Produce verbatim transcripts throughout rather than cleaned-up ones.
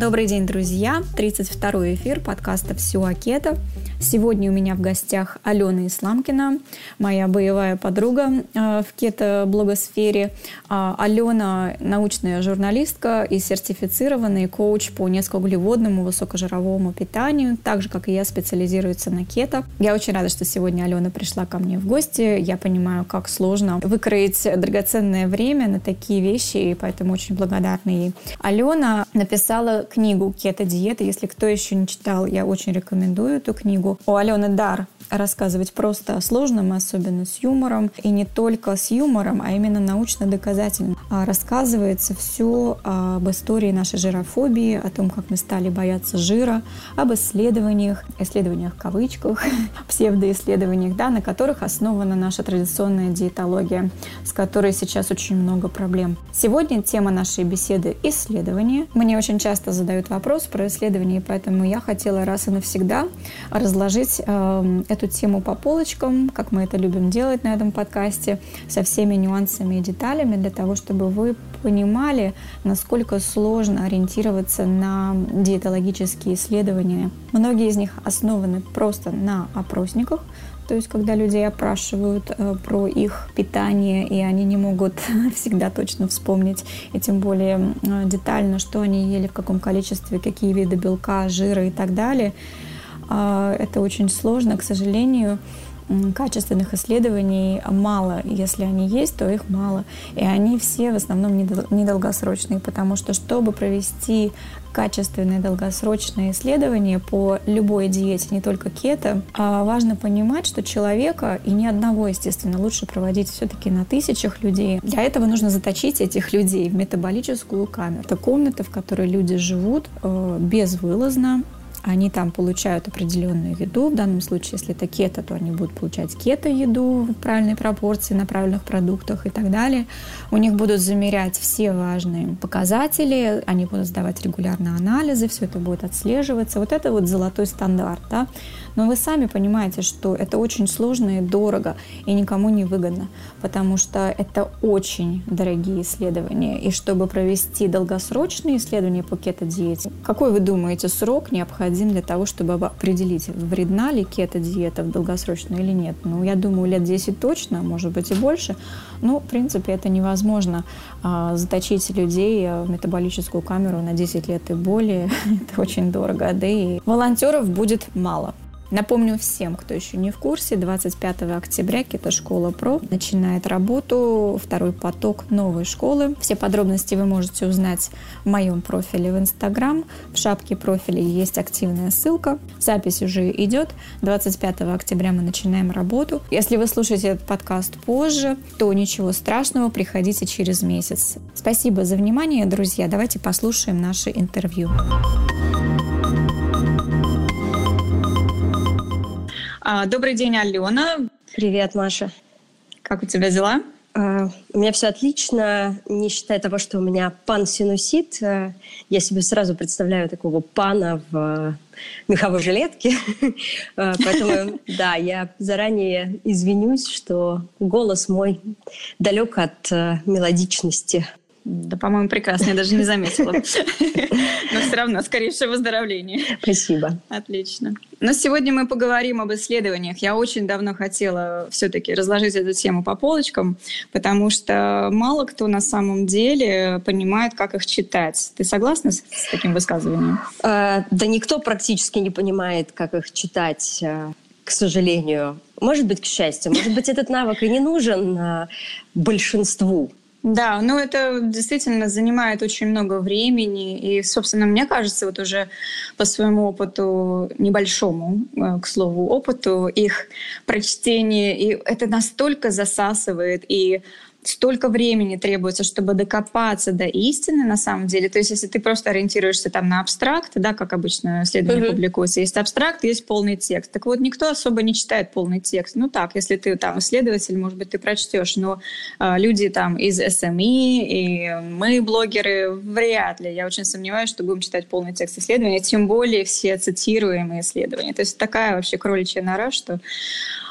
Добрый день, друзья! тридцать второй эфир подкаста «Все о кето». Сегодня у меня в гостях Алена Исламкина, моя боевая подруга в кето-блогосфере. Алена – научная журналистка и сертифицированный коуч по низкоуглеводному высокожировому питанию, так же, как и я, специализируется на кето. Я очень рада, что сегодня Алена пришла ко мне в гости. Я понимаю, как сложно выкроить драгоценное время на такие вещи, и поэтому очень благодарна ей. Алена написала книгу «Кето-диета». Если кто еще не читал, я очень рекомендую эту книгу. У Алены дар рассказывать просто о сложном, особенно с юмором. И не только с юмором, а именно научно-доказательно. Рассказывается все об истории нашей жирофобии, о том, как мы стали бояться жира, об исследованиях, исследованиях в кавычках, псевдоисследованиях, да, на которых основана наша традиционная диетология, с которой сейчас очень много проблем. Сегодня тема нашей беседы – исследования. Мне очень часто задают вопрос про исследования, и поэтому я хотела раз и навсегда разложить э, эту тему по полочкам, как мы это любим делать на этом подкасте, со всеми нюансами и деталями, для того, чтобы вы понимали, насколько сложно ориентироваться на диетологические исследования. Многие из них основаны просто на опросниках, то есть когда людей опрашивают э, про их питание, и они не могут всегда точно вспомнить, и тем более э, детально, что они ели, в каком количестве, какие виды белка, жира и так далее. Э, это очень сложно, к сожалению. Качественных исследований мало. Если они есть, то их мало. И они все в основном недолгосрочные, потому что, чтобы провести качественное долгосрочное исследование по любой диете, не только кето, важно понимать, что человека, и ни одного, естественно, лучше проводить все-таки на тысячах людей. Для этого нужно заточить этих людей в метаболическую камеру. Это комната, в которой люди живут безвылазно. Они там получают определенную еду. В данном случае, если это кето, то они будут получать кето-еду в правильной пропорции, на правильных продуктах и так далее. У них будут замерять все важные показатели, они будут сдавать регулярно анализы, все это будет отслеживаться. Вот это вот золотой стандарт, да? Но вы сами понимаете, что это очень сложно и дорого, и никому не выгодно, потому что это очень дорогие исследования. И чтобы провести долгосрочные исследования по кето-диете, какой вы думаете срок необходим для того, чтобы определить, вредна ли кето-диета в долгосрочной или нет? Ну, я думаю, лет десять точно, может быть и больше. Но, в принципе, это невозможно а, заточить людей в метаболическую камеру на десять лет и более. Это очень дорого, да и волонтеров будет мало. Напомню всем, кто еще не в курсе, двадцать пятого октября Кето-школа Про начинает работу, второй поток новой школы. Все подробности вы можете узнать в моем профиле в Инстаграм. В шапке профиля есть активная ссылка. Запись уже идет. двадцать пятого октября мы начинаем работу. Если вы слушаете этот подкаст позже, то ничего страшного, приходите через месяц. Спасибо за внимание, друзья. Давайте послушаем наше интервью. Добрый день, Алена. Привет, Маша. Как у тебя дела? Uh, у меня все отлично, не считая того, что у меня пан-синусит. Uh, я себе сразу представляю такого пана в uh, меховой жилетке. uh, поэтому, да, я заранее извинюсь, что голос мой далек от uh, мелодичности. Да, по-моему, прекрасно, я даже не заметила. Но все равно, скорейшее выздоровление. Спасибо. Отлично. Но сегодня мы поговорим об исследованиях. Я очень давно хотела все-таки разложить эту тему по полочкам, потому что мало кто на самом деле понимает, как их читать. Ты согласна с таким высказыванием? Да никто практически не понимает, как их читать, к сожалению. Может быть, к счастью. Может быть, этот навык и не нужен большинству. Да, ну это действительно занимает очень много времени. И, собственно, мне кажется, вот уже по своему опыту, небольшому, к слову, опыту, их прочтение, и это настолько засасывает, и столько времени требуется, чтобы докопаться до истины на самом деле. То есть если ты просто ориентируешься там на абстракт, да, как обычно исследования uh-huh. публикуются, есть абстракт, есть полный текст. Так вот, никто особо не читает полный текст. Ну так, если ты там исследователь, может быть, ты прочтешь, но э, люди там из эс эм и и мы, блогеры, вряд ли. Я очень сомневаюсь, что будем читать полный текст исследования, тем более все цитируемые исследования. То есть такая вообще кроличья нора, что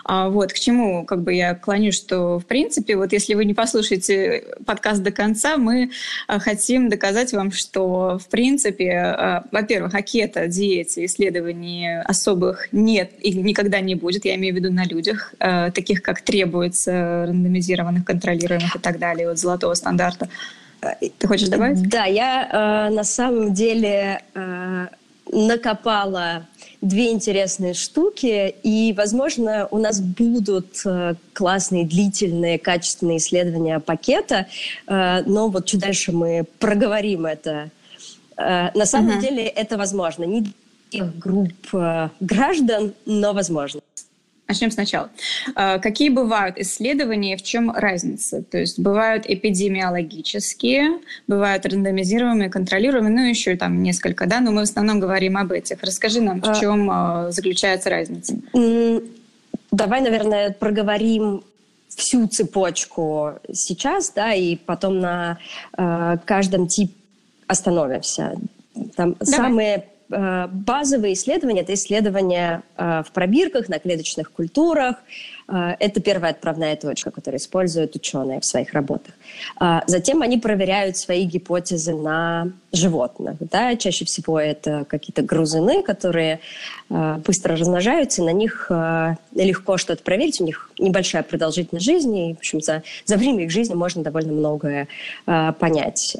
А вот к чему как бы я клоню, что в принципе, вот если вы не послушаете подкаст до конца, мы хотим доказать вам, что в принципе, во-первых, о кето-диете исследований особых нет и никогда не будет, я имею в виду на людях, таких как требуется, рандомизированных, контролируемых и так далее, от золотого стандарта. Ты хочешь добавить? Да, я э, на самом деле э, накопала две интересные штуки, и, возможно, у нас будут э, классные, длительные, качественные исследования пакета, э, но вот чуть дальше мы проговорим это. Э, на самом uh-huh. деле это возможно. Не для всех групп э, граждан, но возможно. Начнем сначала. Какие бывают исследования, в чем разница? То есть бывают эпидемиологические, бывают рандомизируемые, контролируемые, ну еще там несколько, да, но мы в основном говорим об этих. Расскажи нам, в чем а... заключается разница. Давай, наверное, проговорим всю цепочку сейчас, да, и потом на э, каждом типе остановимся. Там Давай. Самые базовые исследования – это исследования в пробирках, на клеточных культурах. Это первая отправная точка, которую используют ученые в своих работах. Затем они проверяют свои гипотезы на животных. Да? Чаще всего это какие-то грызуны, которые быстро размножаются, и на них легко что-то проверить. У них небольшая продолжительность жизни, и, в общем, за, за время их жизни можно довольно многое понять.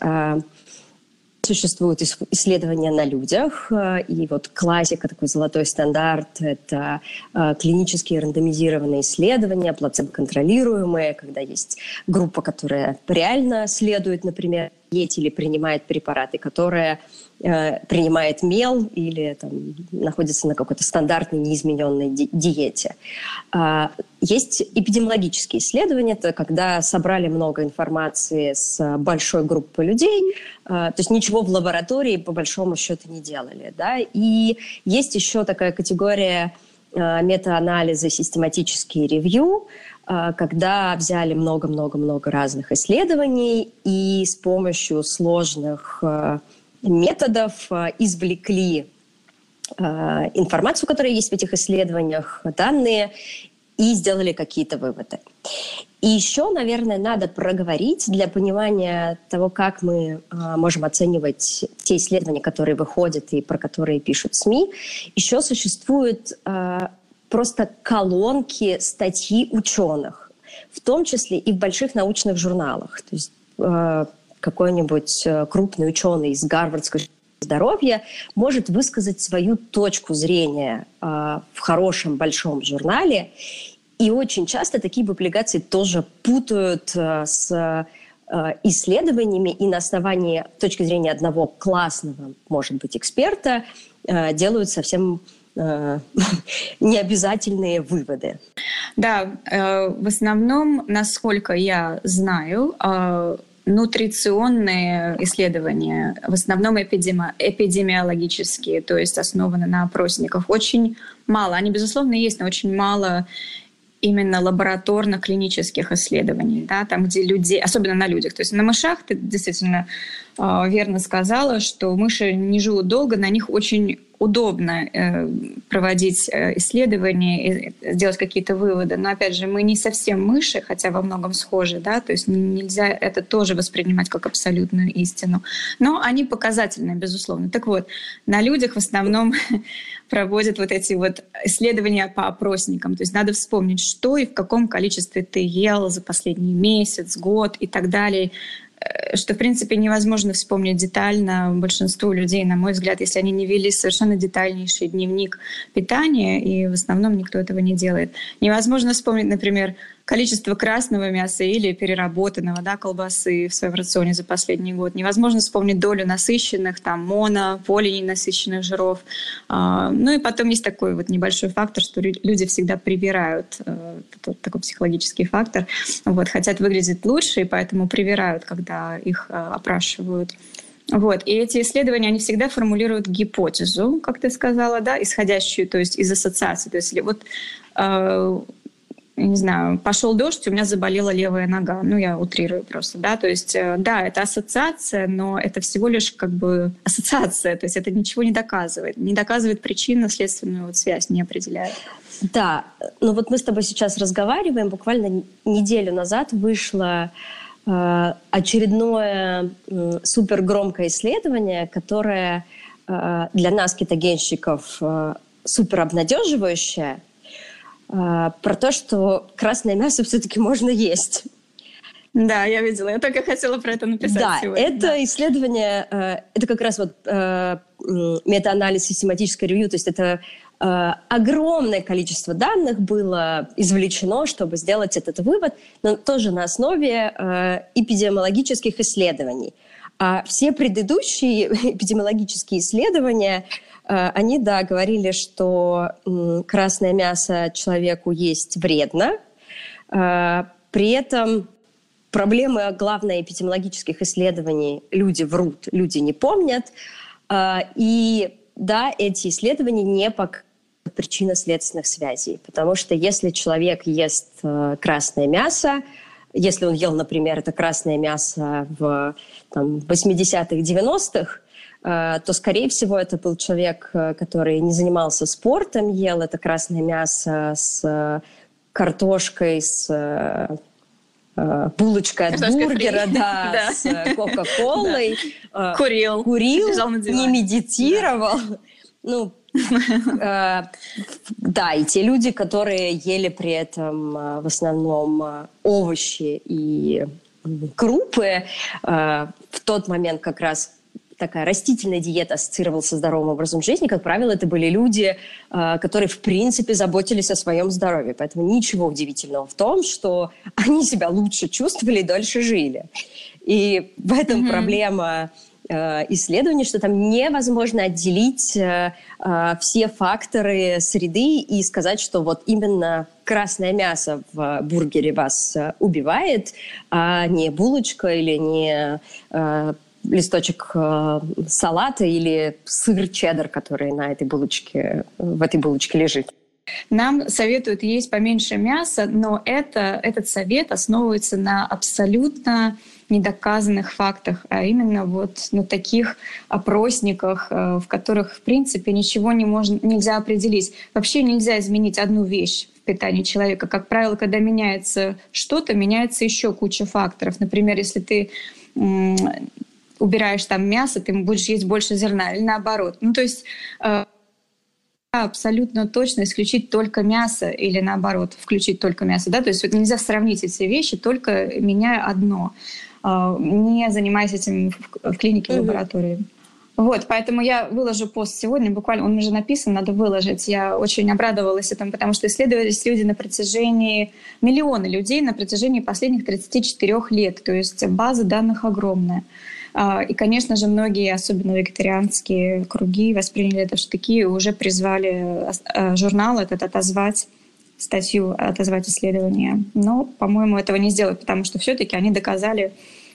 Существуют исследования на людях, и вот классика, такой золотой стандарт – это клинические рандомизированные исследования, плацебо-контролируемые, когда есть группа, которая реально следует, например, диете или принимает препараты, которая э, принимает мел или там, находится на какой-то стандартной неизмененной ди- диете. А, есть эпидемиологические исследования, это когда собрали много информации с большой группой людей, а, то есть ничего в лаборатории по большому счету не делали. Да? И есть еще такая категория а, метаанализа, систематические ревью, когда взяли много-много-много разных исследований и с помощью сложных методов извлекли информацию, которая есть в этих исследованиях, данные, и сделали какие-то выводы. И еще, наверное, надо проговорить для понимания того, как мы можем оценивать те исследования, которые выходят и про которые пишут СМИ. Еще существует просто колонки статьи ученых, в том числе и в больших научных журналах. То есть э, какой-нибудь крупный ученый из Гарвардской здоровья может высказать свою точку зрения э, в хорошем большом журнале, и очень часто такие публикации тоже путают э, с э, исследованиями, и на основании точки зрения одного классного, может быть, эксперта э, делают совсем необязательные выводы. Да, в основном, насколько я знаю, нутриционные исследования, в основном эпидеми- эпидемиологические, то есть основаны на опросниках, очень мало. Они, безусловно, есть, но очень мало именно лабораторно-клинических исследований, да, там, где люди, особенно на людях. То есть на мышах ты действительно э, верно сказала, что мыши не живут долго, на них очень удобно э, проводить э, исследования и сделать какие-то выводы. Но, опять же, мы не совсем мыши, хотя во многом схожи, да, то есть нельзя это тоже воспринимать как абсолютную истину. Но они показательны, безусловно. Так вот, на людях в основном проводят вот эти вот исследования по опросникам. То есть надо вспомнить, что и в каком количестве ты ел за последний месяц, год и так далее, что, в принципе, невозможно вспомнить детально большинству людей, на мой взгляд, если они не вели совершенно детальнейший дневник питания, и в основном никто этого не делает. Невозможно вспомнить, например, количество красного мяса или переработанного, да, колбасы в своем рационе за последний год. Невозможно вспомнить долю насыщенных, там, моно, полиненасыщенных жиров. Ну и потом есть такой вот небольшой фактор, что люди всегда прибирают, такой психологический фактор, вот, хотят выглядеть лучше, и поэтому прибирают, когда их опрашивают. Вот. И эти исследования, они всегда формулируют гипотезу, как ты сказала, да, исходящую, то есть из ассоциации. То есть вот не знаю, пошел дождь, у меня заболела левая нога. Ну, я утрирую просто, да. То есть, да, это ассоциация, но это всего лишь как бы ассоциация. То есть это ничего не доказывает. Не доказывает причинно-следственную вот связь, не определяет. Да, ну вот мы с тобой сейчас разговариваем. Буквально неделю назад вышло э, очередное э, супергромкое исследование, которое э, для нас, кетогенщиков, э, суперобнадеживающее, про то, что красное мясо все-таки можно есть. Да, я видела. Я только хотела про это написать да, сегодня. Это да, это исследование, это как раз вот метаанализ, систематическое ревью, то есть это огромное количество данных было извлечено, чтобы сделать этот вывод, но тоже на основе эпидемиологических исследований. А все предыдущие эпидемиологические исследования, они, да, говорили, что красное мясо человеку есть вредно. При этом проблемы, главное, эпидемиологических исследований – люди врут, люди не помнят. И, да, эти исследования не показывают причинно-следственных связей. Потому что если человек ест красное мясо, если он ел, например, это красное мясо в там, восьмидесятых, девяностых, то, скорее всего, это был человек, который не занимался спортом, ел это красное мясо с картошкой, с булочкой от Картошка бургера, да, да. с кока-колой. Да. Курил. Курил, не медитировал. Да. Ну, да, и те люди, которые ели при этом в основном овощи и крупы, в тот момент как раз такая растительная диета ассоциировалась со здоровым образом жизни, как правило, это были люди, которые, в принципе, заботились о своем здоровье. Поэтому ничего удивительного в том, что они себя лучше чувствовали и дольше жили. И в этом mm-hmm. проблема исследований, что там невозможно отделить все факторы среды и сказать, что вот именно красное мясо в бургере вас убивает, а не булочка или не листочек э, салата или сыр чеддер, который на этой булочке, в этой булочке лежит. Нам советуют есть поменьше мяса, но это, этот совет основывается на абсолютно недоказанных фактах, а именно вот на таких опросниках, в которых, в принципе, ничего не можно, нельзя определить. Вообще нельзя изменить одну вещь в питании человека. Как правило, когда меняется что-то, меняется еще куча факторов. Например, если ты м- убираешь там мясо, ты будешь есть больше зерна, или наоборот. Ну, то есть э, абсолютно точно исключить только мясо или наоборот, включить только мясо. Да? То есть вот нельзя сравнить эти вещи, только меняя одно, э, не занимаясь этим в, в клинике, в mm-hmm. лаборатории. Вот, поэтому я выложу пост сегодня, буквально он уже написан, надо выложить. Я очень обрадовалась этому, потому что исследовались люди на протяжении, миллионы людей на протяжении последних тридцати четырёх лет. То есть база данных огромная. И, конечно же, многие, особенно вегетарианские круги, восприняли это в штыки и уже призвали журнал этот отозвать, статью отозвать исследование. Но, по-моему, этого не сделают, потому что все-таки они доказали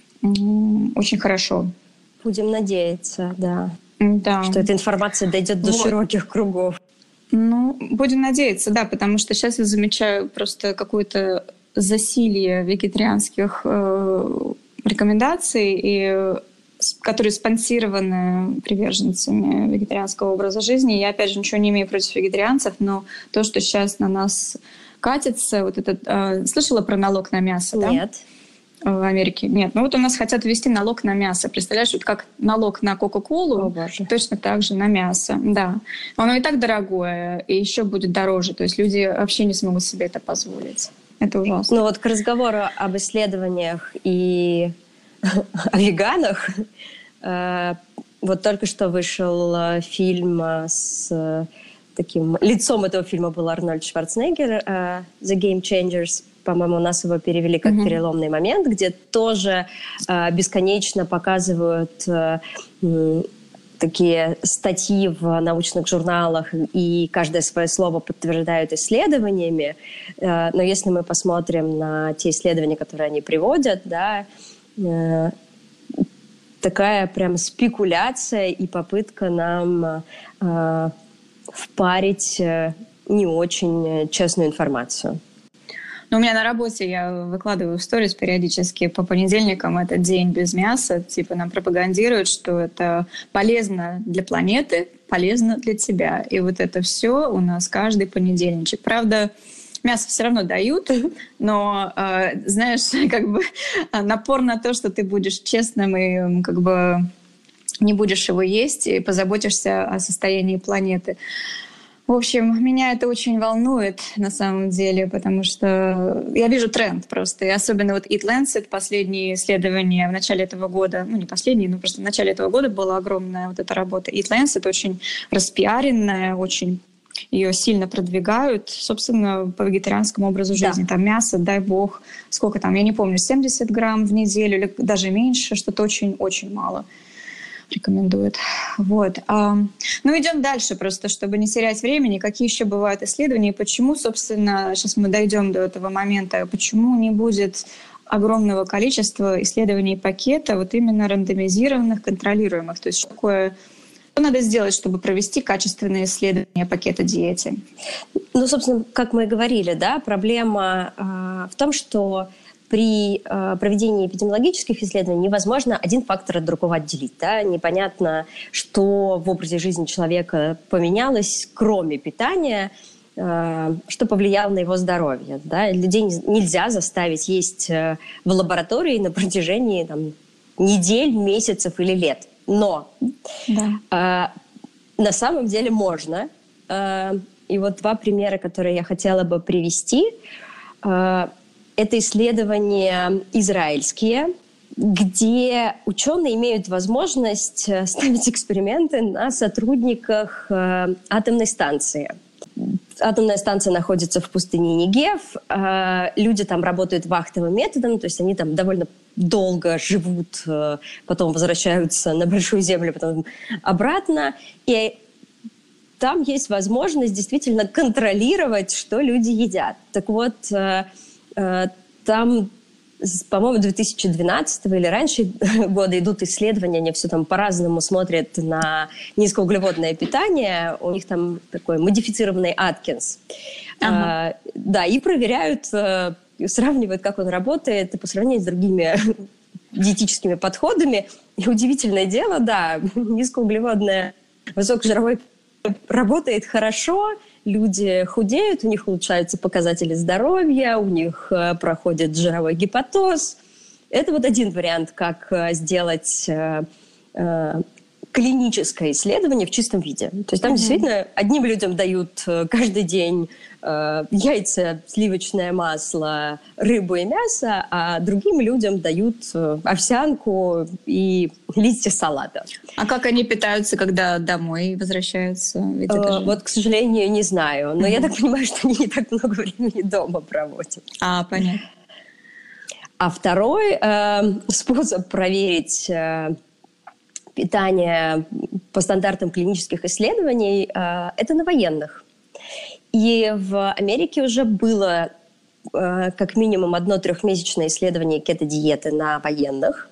очень хорошо. Будем надеяться, да, да. что эта информация дойдет до вот. широких кругов. Ну, будем надеяться, да, потому что сейчас я замечаю просто какое-то засилье вегетарианских э, рекомендаций, и, которые спонсированы приверженцами вегетарианского образа жизни. Я, опять же, ничего не имею против вегетарианцев, но то, что сейчас на нас катится, вот этот... Э, слышала про налог на мясо, да? Нет. В Америке? Нет. Ну вот у нас хотят ввести налог на мясо. Представляешь, вот как налог на Кока-Колу, О, точно так же на мясо. Да. Оно и так дорогое, и еще будет дороже. То есть люди вообще не смогут себе это позволить. Это ужасно. Ну вот к разговору об исследованиях и о веганах. Вот только что вышел фильм с таким... Лицом этого фильма был Арнольд Шварценеггер, «The Game Changers». По-моему, у нас его перевели как mm-hmm. «Переломный момент», где тоже бесконечно показывают такие статьи в научных журналах, и каждое свое слово подтверждают исследованиями. Но если мы посмотрим на те исследования, которые они приводят, да, такая прям спекуляция и попытка нам впарить не очень честную информацию. Ну, у меня на работе я выкладываю в сторис периодически по понедельникам, это день без мяса, типа нам пропагандируют, что это полезно для планеты, полезно для тебя. И вот это все у нас каждый понедельничек. Правда, мясо все равно дают, но, э, знаешь, как бы напор на то, что ты будешь честным и как бы не будешь его есть и позаботишься о состоянии планеты. В общем, меня это очень волнует на самом деле, потому что я вижу тренд просто. И особенно вот Eat Lancet, последние исследования в начале этого года, ну не последние, но просто в начале этого года была огромная вот эта работа. Eat Lancet очень распиаренная, очень ее сильно продвигают, собственно, по вегетарианскому образу жизни. Да. Там мясо, дай бог, сколько там, я не помню, семьдесят грамм в неделю или даже меньше, что-то очень-очень мало рекомендует. Вот. А, ну, идем дальше просто, чтобы не терять времени. Какие еще бывают исследования? И почему, собственно, сейчас мы дойдем до этого момента, почему не будет огромного количества исследований пакета, вот именно рандомизированных, контролируемых? То есть что такое... Что надо сделать, чтобы провести качественные исследования пакета диете? Ну, собственно, как мы и говорили, да, проблема э, в том, что при э, проведении эпидемиологических исследований невозможно один фактор от другого отделить. Да? Непонятно, что в образе жизни человека поменялось, кроме питания, э, что повлияло на его здоровье. Да? Людей нельзя заставить есть э, в лаборатории на протяжении там, недель, месяцев или лет. Но да. э, на самом деле можно. Э, и вот два примера, которые я хотела бы привести. Э, Это исследования израильские, где ученые имеют возможность ставить эксперименты на сотрудниках атомной станции. Атомная станция находится в пустыне Негев. Люди там работают вахтовым методом, то есть они там довольно долго живут, потом возвращаются на Большую Землю, потом обратно. И там есть возможность действительно контролировать, что люди едят. Так вот, там, по-моему, две тысячи двенадцатого или раньше года идут исследования, они все там по-разному смотрят на низкоуглеводное питание. У них там такой модифицированный Аткинс. Ага. А, да, и проверяют, сравнивают, как он работает по сравнению с другими диетическими подходами. И удивительное дело, да, низкоуглеводное, высокожировое работает хорошо, люди худеют, у них улучшаются показатели здоровья, у них э, проходит жировой гепатоз. Это вот один вариант, как э, сделать э, э, клиническое исследование в чистом виде. То есть там mm-hmm. действительно одним людям дают э, каждый день э, яйца, сливочное масло, рыбу и мясо, а другим людям дают э, овсянку и листья салата. А как они питаются, когда домой возвращаются? Ведь это э, же... Вот, к сожалению, не знаю. Но mm-hmm. я так понимаю, что они не так много времени дома проводят. А, понятно. А второй э, способ проверить... Э, питание по стандартам клинических исследований, э, это на военных. И в Америке уже было э, как минимум одно трехмесячное исследование кето-диеты на военных.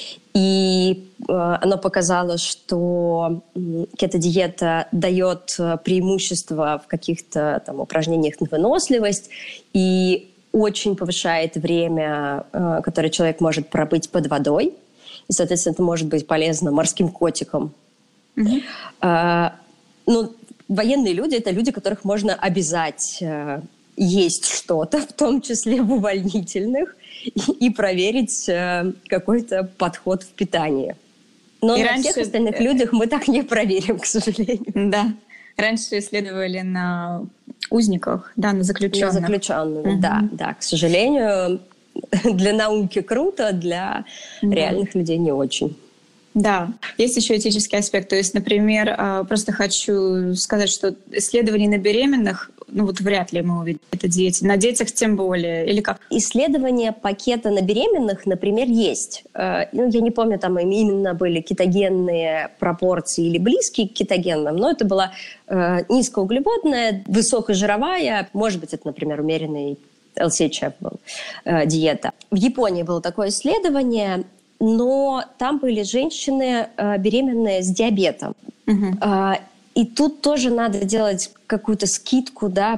И э, оно показало, что кето-диета дает преимущество в каких-то там упражнениях на выносливость и очень повышает время, э, которое человек может пробыть под водой. И, соответственно, это может быть полезно морским котикам. Mm-hmm. А, ну, военные люди – это люди, которых можно обязать а, есть что-то, в том числе в увольнительных, и, и проверить а, какой-то подход в питании. Но и на раньше... всех остальных людях мы так не проверим, к сожалению. Да. Раньше исследовали на узниках, да, на заключенных. На заключенных, mm-hmm. да, да. К сожалению... Для науки круто, для да. реальных людей не очень. Да, есть еще этический аспект. То есть, например, просто хочу сказать, что исследований на беременных, ну вот вряд ли мы увидим это диете. На детях тем более. Или как? Исследования пакета на беременных, например, есть. Ну, я не помню, там именно были кетогенные пропорции или близкие к кетогенным, но это была низкоуглеводная, высокожировая, может быть, это, например, умеренный эл си эйч эф был, э, диета. В Японии было такое исследование, но там были женщины э, беременные с диабетом. Uh-huh. Э, и тут тоже надо делать какую-то скидку, да,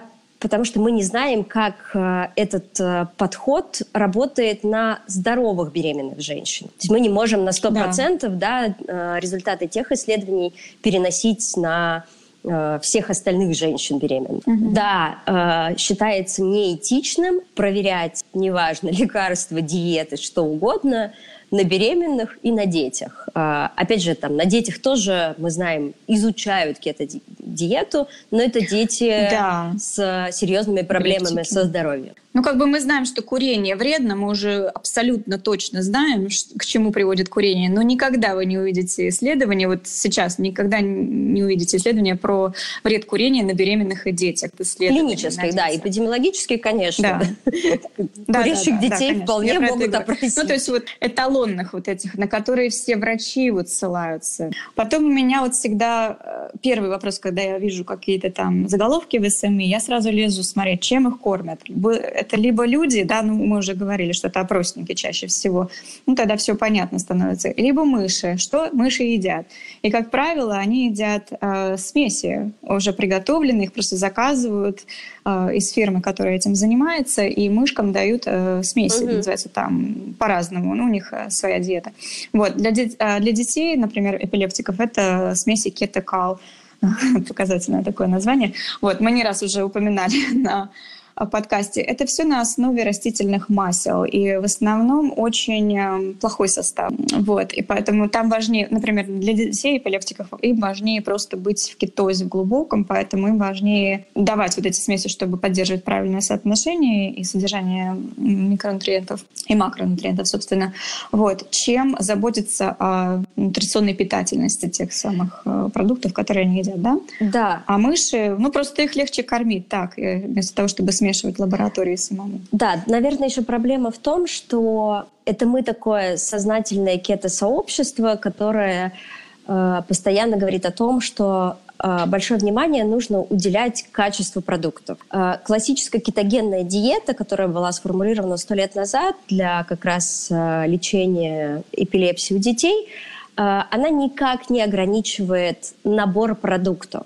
потому что мы не знаем, как э, этот э, подход работает на здоровых беременных женщин. То есть мы не можем на сто процентов да. Да, э, результаты тех исследований переносить на э, всех остальных женщин беременных. Угу. Да, э, считается неэтичным проверять, неважно, лекарства, диеты, что угодно, на беременных и на детях. А, опять же, там, на детях тоже, мы знаем, изучают кето-диету, но это дети да. с серьезными проблемами Лептики. Со здоровьем. Ну, как бы мы знаем, что курение вредно, мы уже абсолютно точно знаем, к чему приводит курение, но никогда вы не увидите исследования, вот сейчас никогда не увидите исследования про вред курения на беременных и детях. Клинических, да, эпидемиологических, конечно. Да. Курящих детей вполне могут опросить. Ну, то есть вот эталонных вот этих, на которые все врачи вот ссылаются. Потом у меня вот всегда первый вопрос, когда я вижу какие-то там заголовки в эс эм и, я сразу лезу смотреть, чем их кормят. Это либо люди, да, ну мы уже говорили, что это опросники чаще всего, ну тогда все понятно становится, либо мыши, что мыши едят. И, как правило, они едят э, смеси уже приготовленные, их просто заказывают э, из фирмы, которая этим занимается, и мышкам дают э, смеси, угу. называется там по-разному, ну у них э, своя диета. Вот, для, де- э, для детей, например, эпилептиков, это смеси кето-кал, показательное такое название. Вот, мы не раз уже упоминали на подкасте. Это все на основе растительных масел, и в основном очень плохой состав. Вот. И поэтому там важнее, например, для детей эпилептиков, им важнее просто быть в кетозе в глубоком, поэтому им важнее давать вот эти смеси, чтобы поддерживать правильное соотношение и содержание микронутриентов и макронутриентов, собственно, вот, чем заботиться о нутриционной питательности тех самых продуктов, которые они едят, да? Да. А мыши, ну, просто их легче кормить так, вместо того, чтобы смешивать в лаборатории самому. Да, наверное, еще проблема в том, что это мы такое сознательное кето-сообщество, которое э, постоянно говорит о том, что э, большое внимание нужно уделять качеству продуктов. Э, классическая кетогенная диета, которая была сформулирована сто лет назад для как раз э, лечения эпилепсии у детей, э, она никак не ограничивает набор продуктов.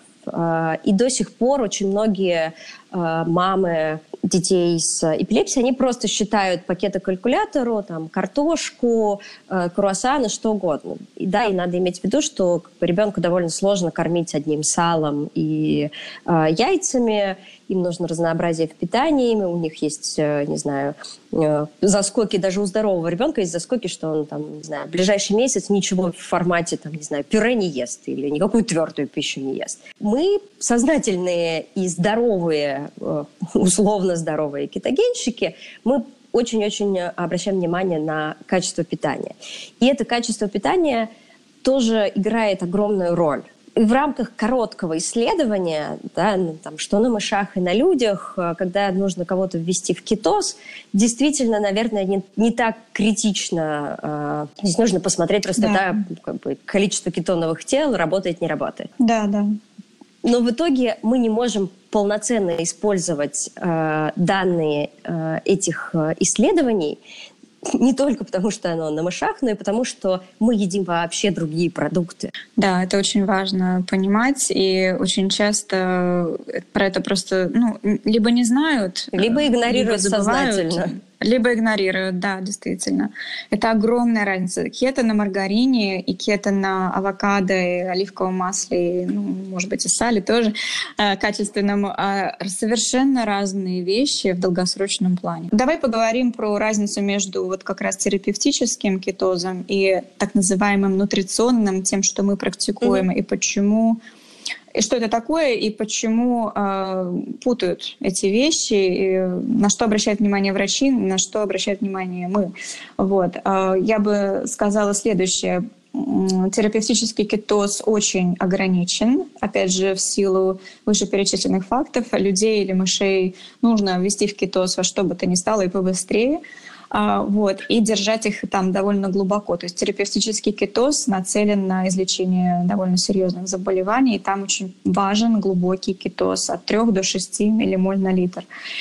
И до сих пор очень многие э, мамы детей с эпилепсией, они просто считают по кето-калькулятору там, картошку, э, круассаны, что угодно. И да, и надо иметь в виду, что как бы, ребенку довольно сложно кормить одним салом и э, яйцами. Им нужно разнообразие в питании, у них есть, э, не знаю, э, заскоки, даже у здорового ребенка есть заскоки, что он там, не знаю, в ближайший месяц ничего в формате, там, не знаю, пюре не ест или никакую твердую пищу не ест. Мы сознательные и здоровые, условно здоровые кетогенщики, мы очень-очень обращаем внимание на качество питания. И это качество питания тоже играет огромную роль. И в рамках короткого исследования, да, там, что на мышах и на людях, когда нужно кого-то ввести в кетоз, действительно, наверное, не, не так критично. Здесь нужно посмотреть просто да. Да, как бы, количество кетоновых тел, работает, не работает. Да, да. Но в итоге мы не можем полноценно использовать э, данные э, этих э, исследований, не только потому, что оно на мышах, но и потому, что мы едим вообще другие продукты. Да, это очень важно понимать, и очень часто про это просто ну, либо не знают, либо игнорируют либо сознательно. Либо игнорируют, да, действительно. Это огромная разница. Кето на маргарине и кето на авокадо и оливковом масле, и, ну, может быть, и сале тоже э, качественном. Э, совершенно разные вещи в долгосрочном плане. Давай поговорим про разницу между вот как раз терапевтическим кетозом и так называемым нутриционным, тем, что мы практикуем, mm-hmm. и почему... И что это такое, и почему э, путают эти вещи, и на что обращают внимание врачи, на что обращают внимание мы. Вот. Э, я бы сказала следующее. Терапевтический кетоз очень ограничен. Опять же, в силу вышеперечисленных фактов, людей или мышей нужно ввести в кетоз во что бы то ни стало и побыстрее. А, вот, и держать их там довольно глубоко. То есть терапевтический кетоз нацелен на излечение довольно серьезных заболеваний, и там очень важен глубокий кетоз от трёх до шести миллимоль на литр.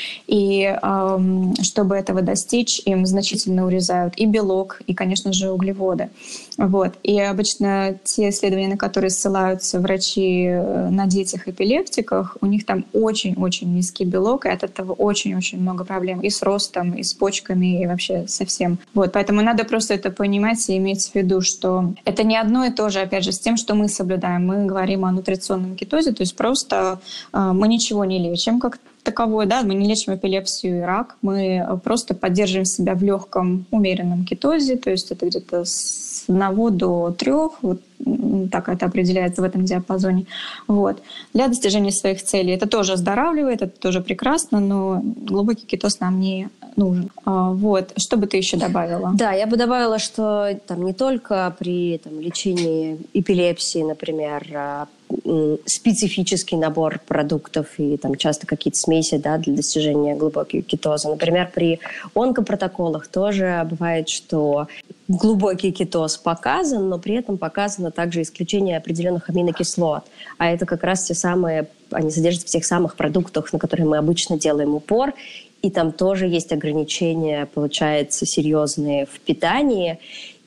И эм, чтобы этого достичь, им значительно урезают и белок, и, конечно же, углеводы. Вот. И обычно те исследования, на которые ссылаются врачи на детях-эпилептиках, у них там очень-очень низкий белок, и от этого очень-очень много проблем и с ростом, и с почками, и вообще со всем. Вот. Поэтому надо просто это понимать и иметь в виду, что это не одно и то же, опять же, с тем, что мы соблюдаем. Мы говорим о нутриционном кетозе, то есть просто э, мы ничего не лечим как таковой, да, мы не лечим эпилепсию и рак, мы просто поддерживаем себя в легком умеренном кетозе, то есть это где-то с одного до трех, вот так это определяется в этом диапазоне. Вот. Для достижения своих целей. Это тоже оздоравливает, это тоже прекрасно, но глубокий кетоз нам не нужен. Вот. Что бы ты еще добавила? Да, я бы добавила, что там не только при там, лечении эпилепсии, например, специфический набор продуктов и там часто какие-то смеси, да, для достижения глубокого кетоза. Например, при онкопротоколах тоже бывает, что глубокий кетоз показан, но при этом показано также исключение определенных аминокислот. А это как раз те самые, они содержатся в тех самых продуктах, на которые мы обычно делаем упор. И там тоже есть ограничения, получается, серьезные в питании.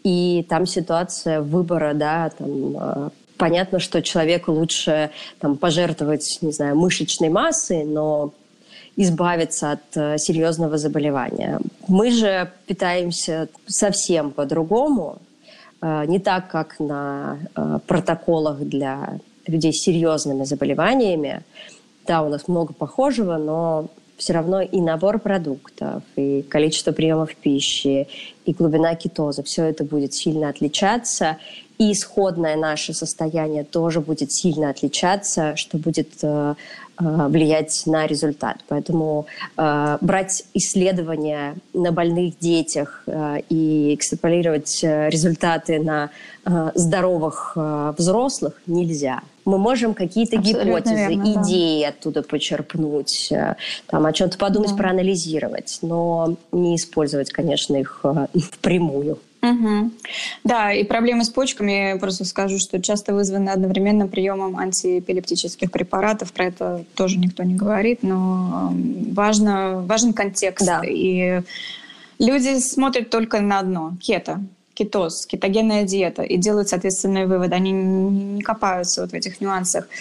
И там ситуация выбора, да, там... Понятно, что человеку лучше там, пожертвовать, не знаю, мышечной массой, но избавиться от э, серьезного заболевания. Мы же питаемся совсем по-другому, э, не так, как на э, протоколах для людей с серьезными заболеваниями. Да, у нас много похожего, но все равно и набор продуктов, и количество приемов пищи, и глубина кетоза, все это будет сильно отличаться. И исходное наше состояние тоже будет сильно отличаться, что будет э, э, влиять на результат. Поэтому э, брать исследования на больных детях э, и экстраполировать результаты на э, здоровых э, взрослых нельзя. Мы можем какие-то Абсолютно гипотезы, верно, идеи да. оттуда почерпнуть, э, там, о чем-то подумать, да. проанализировать, но не использовать, конечно, их э, впрямую. Угу. Да, и проблемы с почками, просто скажу, что часто вызваны одновременно приемом антиэпилептических препаратов. Про это тоже никто не говорит, но важно, важен контекст. Да. И люди смотрят только на одно – кето. Кетоз, кетогенная диета, и делают соответственные выводы. Они не копаются вот в этих нюансах.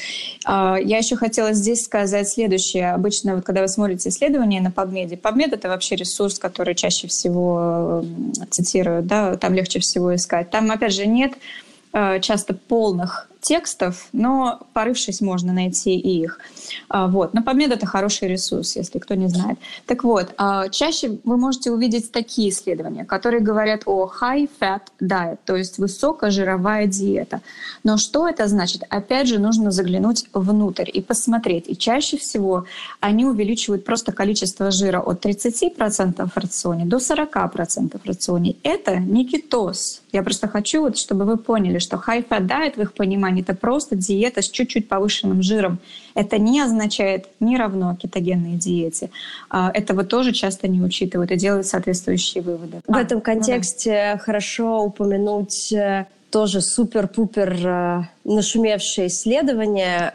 Я еще хотела здесь сказать следующее. Обычно, вот, когда вы смотрите исследования на PubMed, PubMed — это вообще ресурс, который чаще всего цитируют, да, там легче всего искать. Там, опять же, нет часто полных текстов, но, порывшись, можно найти и их. Вот. Но PubMed — это хороший ресурс, если кто не знает. Так вот, чаще вы можете увидеть такие исследования, которые говорят о high-fat diet, то есть высокожировая диета. Но что это значит? Опять же, нужно заглянуть внутрь и посмотреть. И чаще всего они увеличивают просто количество жира от тридцати процентов в рационе до сорока процентов в рационе. Это не кетоз. Я просто хочу, вот, чтобы вы поняли, что high-fat diet в их понимании — это просто диета с чуть-чуть повышенным жиром. Это не означает не равно кетогенной диете. Этого тоже часто не учитывают и делают соответствующие выводы. В а, этом контексте ну да. хорошо упомянуть тоже супер-пупер нашумевшее исследование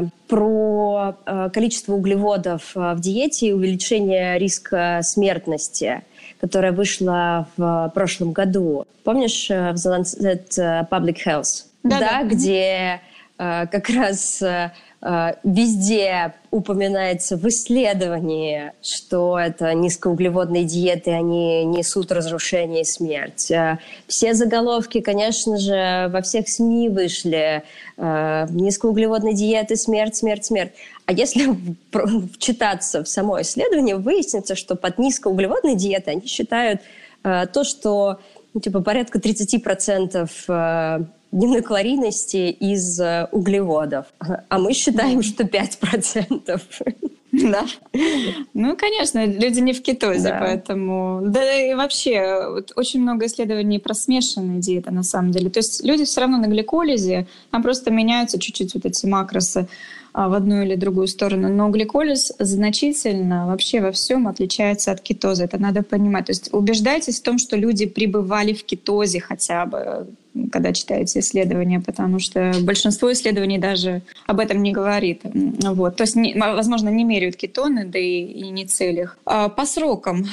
про количество углеводов в диете и увеличение риска смертности, которая вышла в прошлом году. Помнишь, в The Lancet Public Health? Да, да, да. Где э, как раз э, везде упоминается в исследовании, что это низкоуглеводные диеты, они несут разрушение и смерть. Все заголовки, конечно же, во всех СМИ вышли. Э, низкоуглеводные диеты, смерть, смерть, смерть. А если вчитаться в само исследование, выяснится, что под низкоуглеводной диетой они считают э, то, что ну, типа порядка тридцать процентов э, дневной калорийности из э, углеводов. А мы считаем, что пять процентов. Да. Ну, конечно, люди не в кетозе, да. Поэтому... Да и вообще, вот очень много исследований про смешанные диеты, на самом деле. То есть люди все равно на гликолизе, там просто меняются чуть-чуть вот эти макросы. в одну или другую сторону. Но гликолиз значительно вообще во всем отличается от кетоза. Это надо понимать. То есть убеждайтесь в том, что люди пребывали в кетозе хотя бы, когда читаете исследования, потому что большинство исследований даже об этом не говорит. Вот. То есть, не, возможно, не меряют кетоны, да и, и не цель их. А по срокам.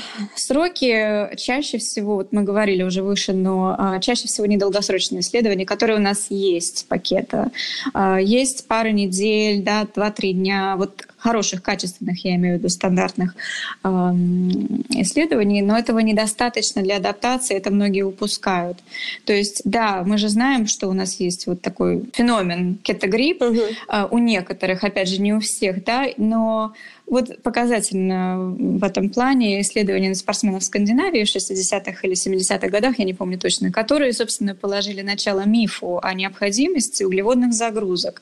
Сроки чаще всего, вот мы говорили уже выше, но а, чаще всего недолгосрочные исследования, которые у нас есть пакета. А, есть пара недель, да, два-три дня. Вот хороших, качественных, я имею в виду, стандартных э, исследований, но этого недостаточно для адаптации, это многие упускают. То есть, да, мы же знаем, что у нас есть вот такой феномен кетогрипп, угу. э, у некоторых, опять же, не у всех, да, но вот показательно в этом плане исследования на спортсменов в Скандинавии в шестидесятых или семидесятых годах, я не помню точно, которые, собственно, положили начало мифу о необходимости углеводных загрузок.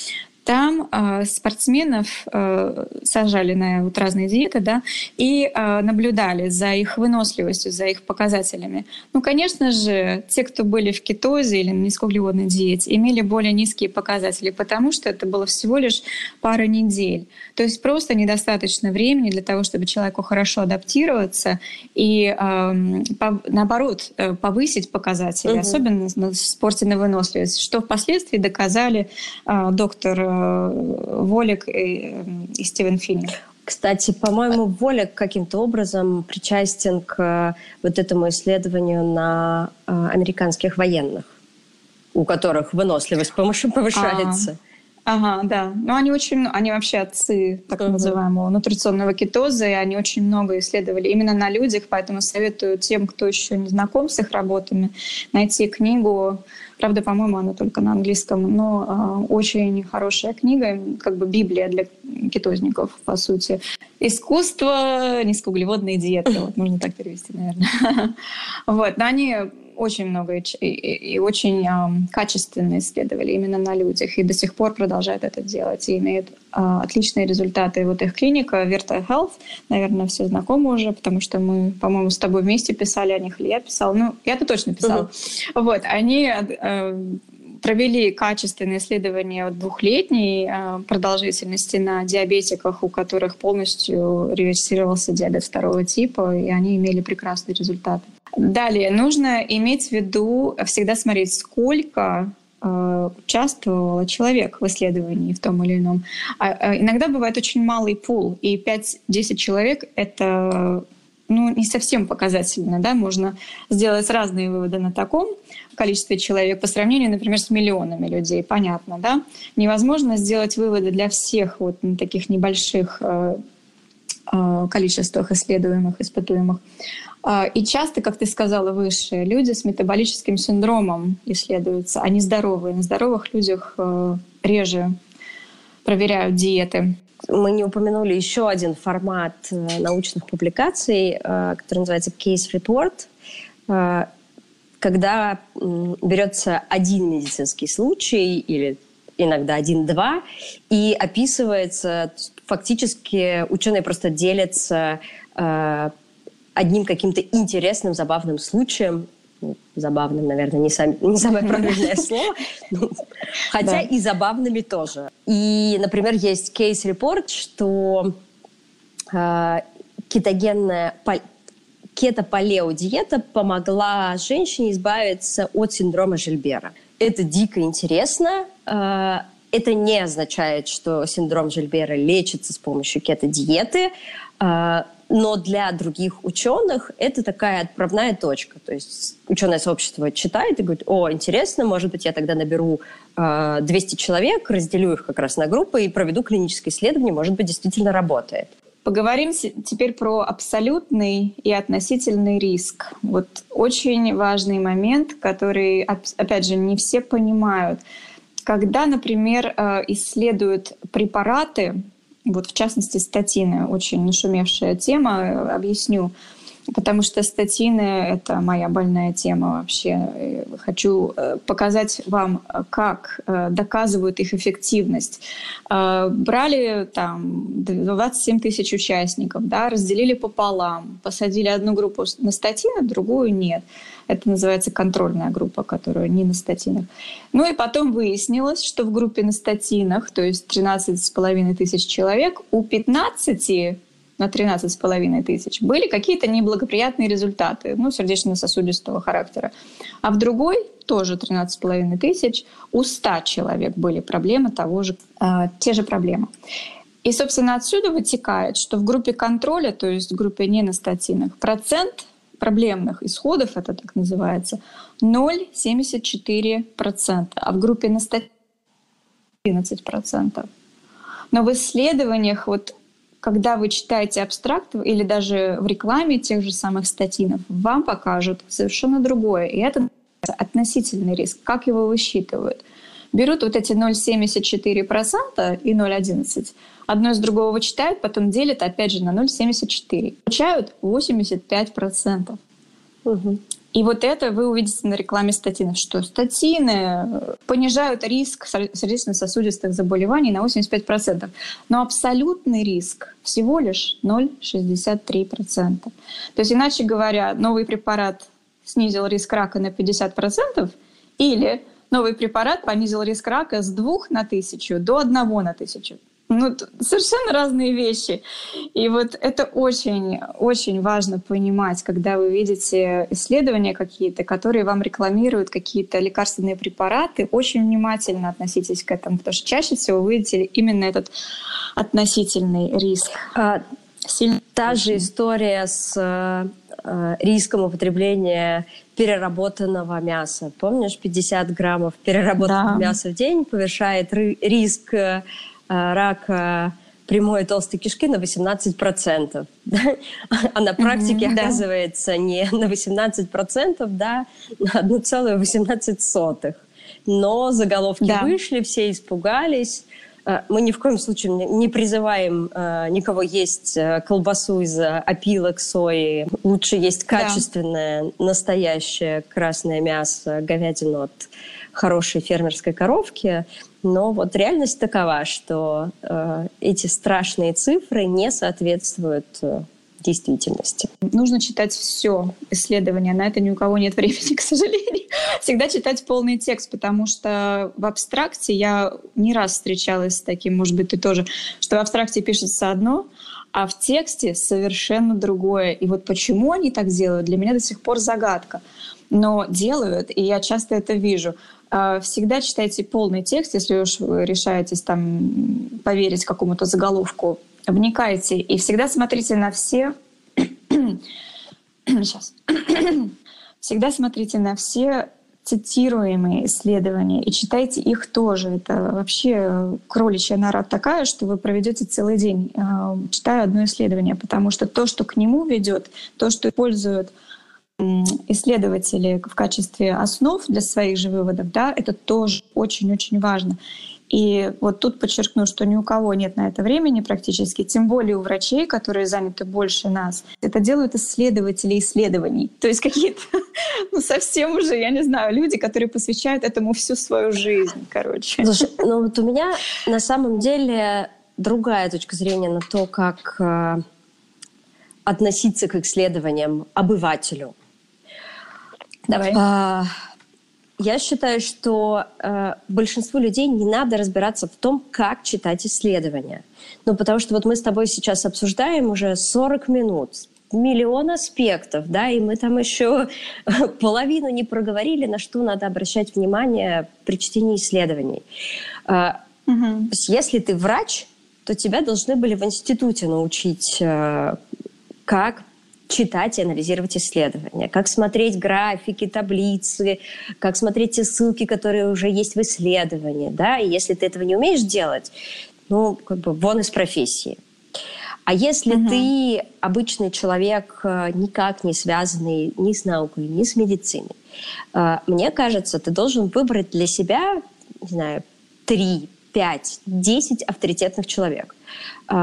Там э, спортсменов э, сажали на вот разные диеты, да, и э, наблюдали за их выносливостью, за их показателями. Ну, конечно же, те, кто были в кетозе или на низкоуглеводной диете, имели более низкие показатели, потому что это было всего лишь пара недель. То есть просто недостаточно времени для того, чтобы человеку хорошо адаптироваться и, э, по, наоборот, повысить показатели, угу. особенно в спорте на выносливость, что впоследствии доказали э, доктор Волек и, и Стивен Финни. Кстати, по-моему, Волек каким-то образом причастен к вот этому исследованию на американских военных, у которых выносливость повышается. А, ага, да. Но они очень, они вообще отцы так uh-huh. называемого нутриционного кетоза, и они очень много исследовали именно на людях, поэтому советую тем, кто еще не знаком с их работами, найти книгу. Правда, по-моему, она только на английском, но э, очень хорошая книга, как бы Библия для кетозников, по сути. «Искусство низкоуглеводной диеты», вот можно так перевести, наверное. Вот, но они очень много и, и, и очень э, качественно исследовали именно на людях, и до сих пор продолжают это делать, и имеют э, отличные результаты. Вот их клиника Virta Health, наверное, все знакомы уже, потому что мы, по-моему, с тобой вместе писали о них, или я писала, ну, я-то точно писала. Uh-huh. Вот, они э, провели качественные исследования двухлетней э, продолжительности на диабетиках, у которых полностью реверсировался диабет второго типа, и они имели прекрасные результаты. Далее, нужно иметь в виду, всегда смотреть, сколько э, участвовал человек в исследовании в том или ином. А, а иногда бывает очень малый пул, и пять-десять человек — это ну, не совсем показательно. Да? Можно сделать разные выводы на таком количестве человек по сравнению, например, с миллионами людей. Понятно, да? Невозможно сделать выводы для всех вот на таких небольших э, э, количествах исследуемых, испытуемых. И часто, как ты сказала выше, люди с метаболическим синдромом исследуются, а не здоровые. На здоровых людях реже проверяют диеты. Мы не упомянули еще один формат научных публикаций, который называется Case Report, когда берется один медицинский случай или иногда один-два, и описывается, фактически ученые просто делятся одним каким-то интересным, забавным случаем. Ну, забавным, наверное, не, сам, не самое правильное слово, ну, хотя да. и забавными тоже. И, например, есть кейс-репорт, что э, кетогенная кето-палео-диета помогла женщине избавиться от синдрома Жильбера. Это дико интересно. Э, это не означает, что синдром Жильбера лечится с помощью кето-диеты, э, но для других ученых это такая отправная точка. То есть ученое сообщество читает и говорит: о, интересно, может быть, я тогда наберу э, двести человек, разделю их как раз на группы и проведу клиническое исследование, может быть, действительно работает. Поговорим теперь про абсолютный и относительный риск. Вот очень важный момент, который, опять же, не все понимают. Когда, например, исследуют препараты, вот в частности статины, очень нашумевшая тема, объясню. Потому что статины – это моя больная тема вообще. Хочу показать вам, как доказывают их эффективность. Брали там двадцать семь тысяч участников, да, разделили пополам, посадили одну группу на статины, другую нет. Это называется контрольная группа, которая не на статинах. Ну и потом выяснилось, что в группе на статинах, то есть тринадцать с половиной тысяч человек, у пятнадцати на тринадцать с половиной тысяч были какие-то неблагоприятные результаты, ну, сердечно-сосудистого характера. А в другой, тоже тринадцать с половиной тысяч, у ста человек были проблемы того же, э, те же проблемы. И, собственно, отсюда вытекает, что в группе контроля, то есть в группе не на статинах, процент проблемных исходов, это так называется, ноль целых семьдесят четыре сотых процента, а в группе на статинах одиннадцать процентов. Но в исследованиях, вот, когда вы читаете абстракт или даже в рекламе тех же самых статинов, вам покажут совершенно другое. И это относительный риск. Как его высчитывают? Берут вот эти ноль целых семьдесят четыре сотых процента и ноль целых одиннадцать сотых. Одно из другого вычитают, потом делят опять же на ноль целых семьдесят четыре сотых. Получают восемьдесят пять процентов. Угу. И вот это вы увидите на рекламе статинов, что статины понижают риск сердечно-сосудистых заболеваний на восемьдесят пять процентов. Но абсолютный риск всего лишь ноль целых шестьдесят три сотых процента. То есть, иначе говоря, новый препарат снизил риск рака на пятьдесят процентов или новый препарат понизил риск рака с двух на тысячу до одного на тысячу. Ну, совершенно разные вещи. И вот это очень, очень важно понимать, когда вы видите исследования какие-то, которые вам рекламируют какие-то лекарственные препараты. Очень внимательно относитесь к этому, потому что чаще всего вы видите именно этот относительный риск. А, Сильно. Та же история с э, риском употребления переработанного мяса. Помнишь, пятьдесят граммов переработанного да. мяса в день повышает ры- риск э, рака прямой и толстой кишки на восемнадцать процентов. А на практике, mm-hmm, оказывается, да. не на восемнадцать процентов, да, на одна целая восемнадцать сотых. Но заголовки да. вышли, все испугались. Мы ни в коем случае не призываем э, никого есть колбасу из опилок сои. Лучше есть качественное, да. настоящее красное мясо, говядину от хорошей фермерской коровки. Но вот реальность такова, что э, эти страшные цифры не соответствуют э, действительности. Нужно читать все исследования. На это ни у кого нет времени, к сожалению. Всегда читать полный текст, потому что в абстракте я не раз встречалась с таким, может быть, ты тоже, что в абстракте пишется одно, а в тексте совершенно другое. И вот почему они так делают, для меня до сих пор загадка. Но делают, и я часто это вижу. Всегда читайте полный текст, если уж вы решаетесь там поверить какому-то заголовку. Вникайте и всегда смотрите на все... Сейчас. Всегда смотрите на все цитируемые исследования и читайте их тоже. Это вообще кроличья нора такая, что вы проведете целый день, читая одно исследование, потому что то, что к нему ведет, то, что используют исследователи в качестве основ для своих же выводов, да, это тоже очень-очень важно. И вот тут подчеркну, что ни у кого нет на это времени практически, тем более у врачей, которые заняты больше нас. Это делают исследователи исследований. То есть какие-то, ну, совсем уже, я не знаю, люди, которые посвящают этому всю свою жизнь, короче. Слушай, ну вот у меня на самом деле другая точка зрения на то, как э, относиться к исследованиям обывателю. Давай. А, Я считаю, что э, большинству людей не надо разбираться в том, как читать исследования. Ну, потому что вот мы с тобой сейчас обсуждаем уже сорок минут, миллион аспектов, да, и мы там еще половину не проговорили, на что надо обращать внимание при чтении исследований. Э, угу. То есть если ты врач, то тебя должны были в институте научить, э, как читать и анализировать исследования, как смотреть графики, таблицы, как смотреть те ссылки, которые уже есть в исследовании, да, и если ты этого не умеешь делать, ну, как бы вон из профессии. А если угу. ты обычный человек, никак не связанный ни с наукой, ни с медициной, мне кажется, ты должен выбрать для себя, не знаю, три, пять, десять авторитетных человек,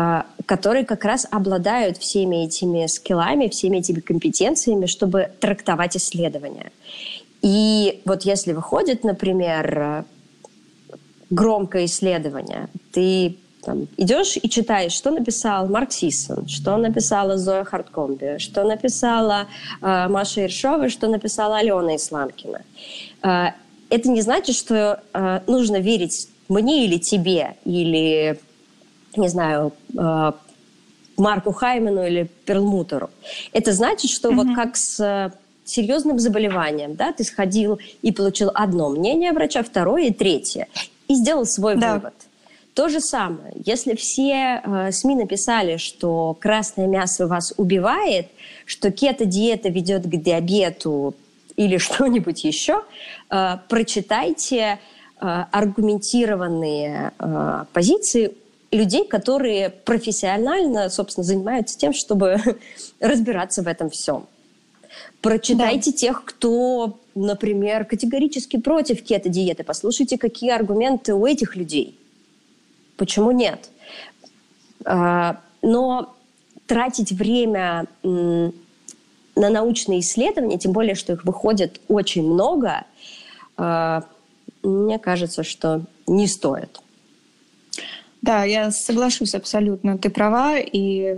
которые как раз обладают всеми этими скиллами, всеми этими компетенциями, чтобы трактовать исследования. И вот если выходит, например, громкое исследование, ты там идешь и читаешь, что написал Марк Сиссон, что написала Зоя Хардкомби, что написала э, Маша Ершова, что написала Алена Исламкина. Э, это не значит, что э, нужно верить мне или тебе, или, не знаю, э, Марку Хаймену или Перлмутеру. Это значит, что mm-hmm. вот как с серьезным заболеванием, да, ты сходил и получил одно мнение врача, второе и третье, и сделал свой да. вывод. То же самое. Если все э, СМИ написали, что красное мясо вас убивает, что кето-диета ведет к диабету или что-нибудь еще, э, прочитайте э, аргументированные э, позиции людей, которые профессионально, собственно, занимаются тем, чтобы разбираться в этом всем. Прочитайте да. тех, кто, например, категорически против кето-диеты. Послушайте, какие аргументы у этих людей. Почему нет? Но тратить время на научные исследования, тем более, что их выходит очень много, мне кажется, что не стоит. Да, я соглашусь абсолютно. Ты права, и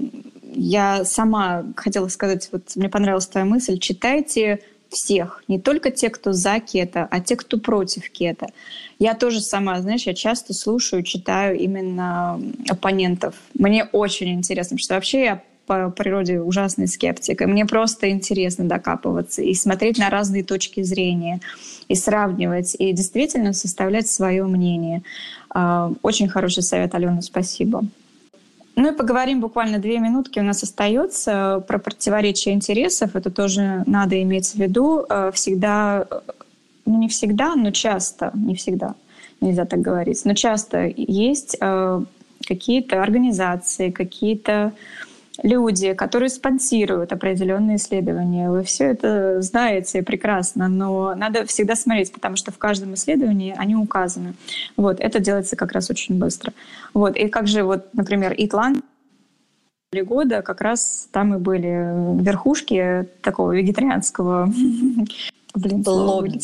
я сама хотела сказать, вот мне понравилась твоя мысль, читайте всех, не только те, кто за кето, а те, кто против кето. Я тоже сама, знаешь, я часто слушаю, читаю именно оппонентов. Мне очень интересно, потому что вообще я по природе ужасный скептик, и мне просто интересно докапываться и смотреть на разные точки зрения, и сравнивать, и действительно составлять свое мнение. Очень хороший совет, Алена, спасибо. Ну и поговорим буквально две минутки у нас остается про противоречие интересов. Это тоже надо иметь в виду. Всегда, ну не всегда, но часто, не всегда, нельзя так говорить, но часто есть какие-то организации, какие-то люди, которые спонсируют определенные исследования. Вы все это знаете прекрасно, но надо всегда смотреть, потому что в каждом исследовании они указаны. Вот, это делается как раз очень быстро. Вот, и как же, вот, например, Итланд года как раз там и были верхушки такого вегетарианского блин, лобби.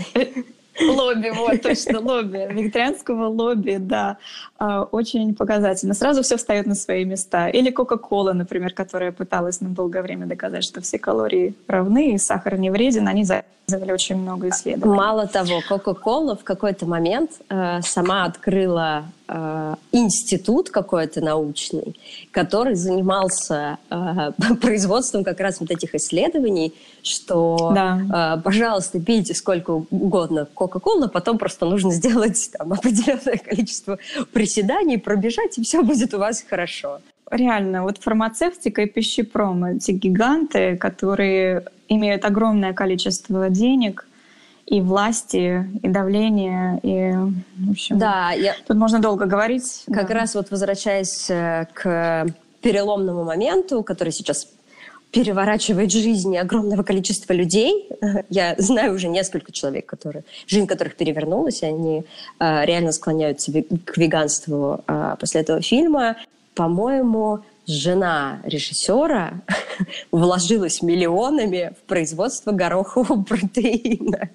Лобби, вот, точно, лобби. Вегетарианского лобби, да. Очень показательно. Сразу все встает на свои места. Или Кока-Кола, например, которая пыталась на долгое время доказать, что все калории равны и сахар не вреден. Они завели очень много исследований. Мало того, Кока-Кола в какой-то момент э, сама открыла э, институт какой-то научный, который занимался э, производством как раз вот этих исследований, что, да. э, пожалуйста, пейте сколько угодно Кока-Колы, потом просто нужно сделать там определенное количество приседаний, пробежать, и все будет у вас хорошо. Реально, вот фармацевтика и пищепром, эти гиганты, которые имеют огромное количество денег и власти, и давления, и, в общем, да, я... тут можно долго говорить. Как да. раз вот возвращаясь к переломному моменту, который сейчас переворачивает жизни огромного количества людей. Я знаю уже несколько человек, которые, жизнь которых перевернулась, и они э, реально склоняются к веганству э, после этого фильма. По-моему, жена режиссера вложилась миллионами в производство горохового протеина.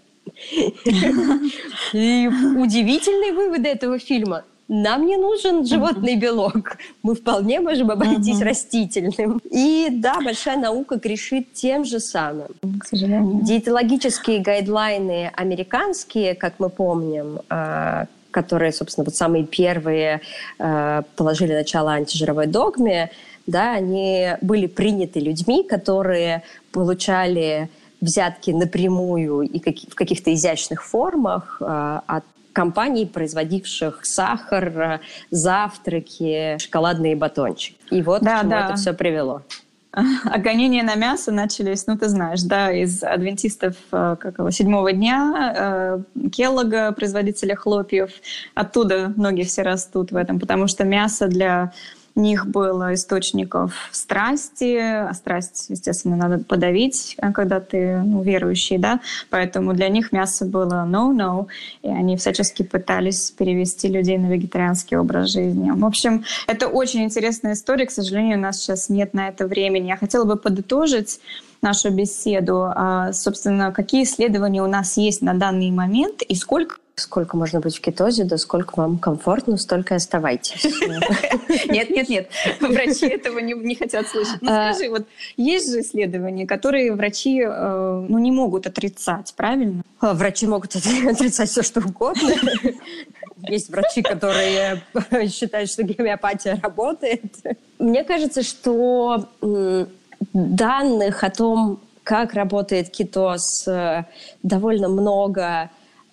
И удивительные выводы этого фильма. Нам не нужен животный белок. Мы вполне можем обойтись uh-huh. растительным. И да, большая наука грешит тем же самым. К сожалению. Диетологические гайдлайны американские, как мы помним, которые, собственно, вот самые первые положили начало антижировой догме, да, они были приняты людьми, которые получали взятки напрямую и в каких-то изящных формах от компаний, производивших сахар, завтраки, шоколадные батончики. И вот да, к чему да. это все привело. А гонения на мясо начались, ну ты знаешь, да, из адвентистов как его, седьмого дня, Келлога, производителя хлопьев. Оттуда ноги все растут в этом, потому что мясо для них было источников страсти, а страсть, естественно, надо подавить, когда ты ну, верующий, да, поэтому для них мясо было no-no, и они всячески пытались перевести людей на вегетарианский образ жизни. В общем, это очень интересная история, к сожалению, у нас сейчас нет на это времени. Я хотела бы подытожить нашу беседу. А, собственно, какие исследования у нас есть на данный момент и сколько Сколько можно быть в кетозе, да сколько вам комфортно, столько и оставайтесь. Нет, нет, нет. Врачи этого не, не хотят слышать. Ну, скажи, вот есть же исследования, которые врачи э, ну, не могут отрицать, правильно? Врачи могут отрицать все, что угодно. Есть врачи, которые считают, что гомеопатия работает. Мне кажется, что данных о том, как работает кетоз, довольно много.